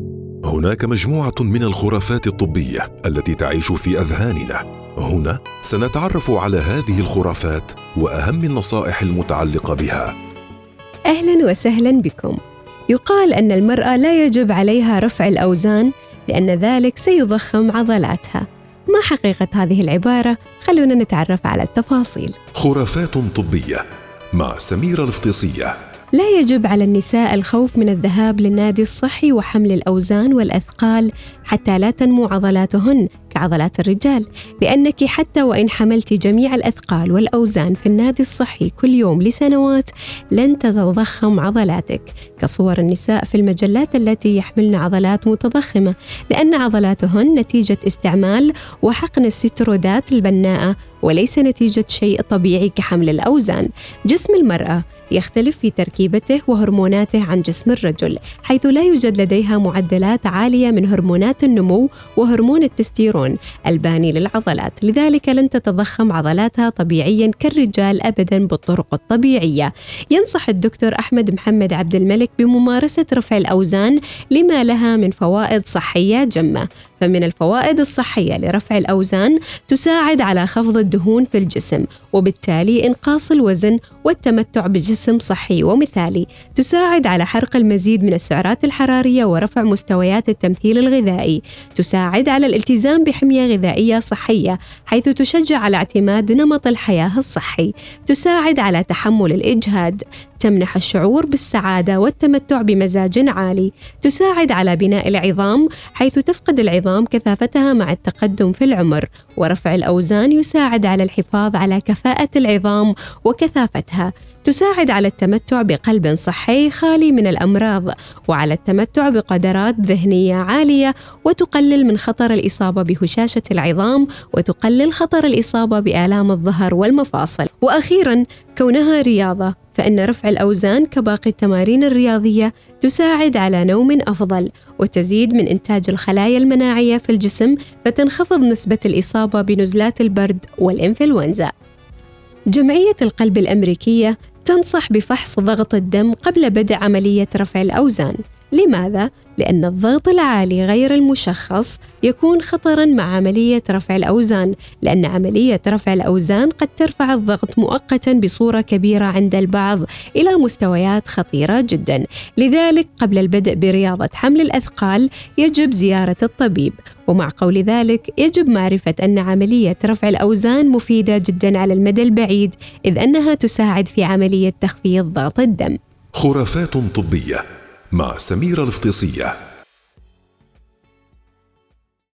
هناك مجموعة من الخرافات الطبية التي تعيش في أذهاننا. هنا سنتعرف على هذه الخرافات وأهم النصائح المتعلقة بها. أهلاً وسهلاً بكم. يقال أن المرأة لا يجب عليها رفع الأوزان لأن ذلك سيضخم عضلاتها. ما حقيقة هذه العبارة؟ خلونا نتعرف على التفاصيل. خرافات طبية مع سميرة الفطيسية. لا يجب على النساء الخوف من الذهاب للنادي الصحي وحمل الأوزان والأثقال حتى لا تنمو عضلاتهن كعضلات الرجال، لأنك حتى وإن حملت جميع الأثقال والأوزان في النادي الصحي كل يوم لسنوات لن تتضخم عضلاتك كصور النساء في المجلات التي يحملن عضلات متضخمة، لأن عضلاتهن نتيجة استعمال وحقن السترودات البناءة وليس نتيجة شيء طبيعي كحمل الأوزان. جسم المرأة يختلف في تركيبته وهرموناته عن جسم الرجل، حيث لا يوجد لديها معدلات عالية من هرمونات النمو وهرمون التستيرون الباني للعضلات، لذلك لن تتضخم عضلاتها طبيعيا كالرجال أبدا بالطرق الطبيعية. ينصح الدكتور أحمد محمد عبد الملك بممارسة رفع الأوزان لما لها من فوائد صحية جمة. فمن الفوائد الصحية لرفع الأوزان تساعد على خفض الدهون في الجسم وبالتالي إنقاص الوزن والتمتع بجسم صحي ومثالي. تساعد على حرق المزيد من السعرات الحرارية ورفع مستويات التمثيل الغذائي. تساعد على الالتزام بحمية غذائية صحية حيث تشجع على اعتماد نمط الحياة الصحي. تساعد على تحمل الإجهاد. تمنح الشعور بالسعادة والتمتع بمزاج عالي. تساعد على بناء العظام حيث تفقد العظام كثافتها مع التقدم في العمر، ورفع الأوزان يساعد على الحفاظ على كفاءة العظام وكثافتها. تساعد على التمتع بقلب صحي خالي من الأمراض وعلى التمتع بقدرات ذهنية عالية، وتقلل من خطر الإصابة بهشاشة العظام وتقلل خطر الإصابة بآلام الظهر والمفاصل. وأخيراً كونها رياضة، فإن رفع الأوزان كباقي التمارين الرياضية تساعد على نوم أفضل وتزيد من إنتاج الخلايا المناعية في الجسم، فتنخفض نسبة الإصابة بنزلات البرد والإنفلونزا. جمعية القلب الأمريكية تنصح بفحص ضغط الدم قبل بدء عملية رفع الأوزان. لماذا؟ لأن الضغط العالي غير المشخص يكون خطراً مع عملية رفع الأوزان، لأن عملية رفع الأوزان قد ترفع الضغط مؤقتاً بصورة كبيرة عند البعض إلى مستويات خطيرة جداً. لذلك قبل البدء برياضة حمل الأثقال يجب زيارة الطبيب. ومع قول ذلك يجب معرفة أن عملية رفع الأوزان مفيدة جداً على المدى البعيد، إذ أنها تساعد في عملية تخفيض ضغط الدم. خرافات طبية مع سميرة الفطيسية.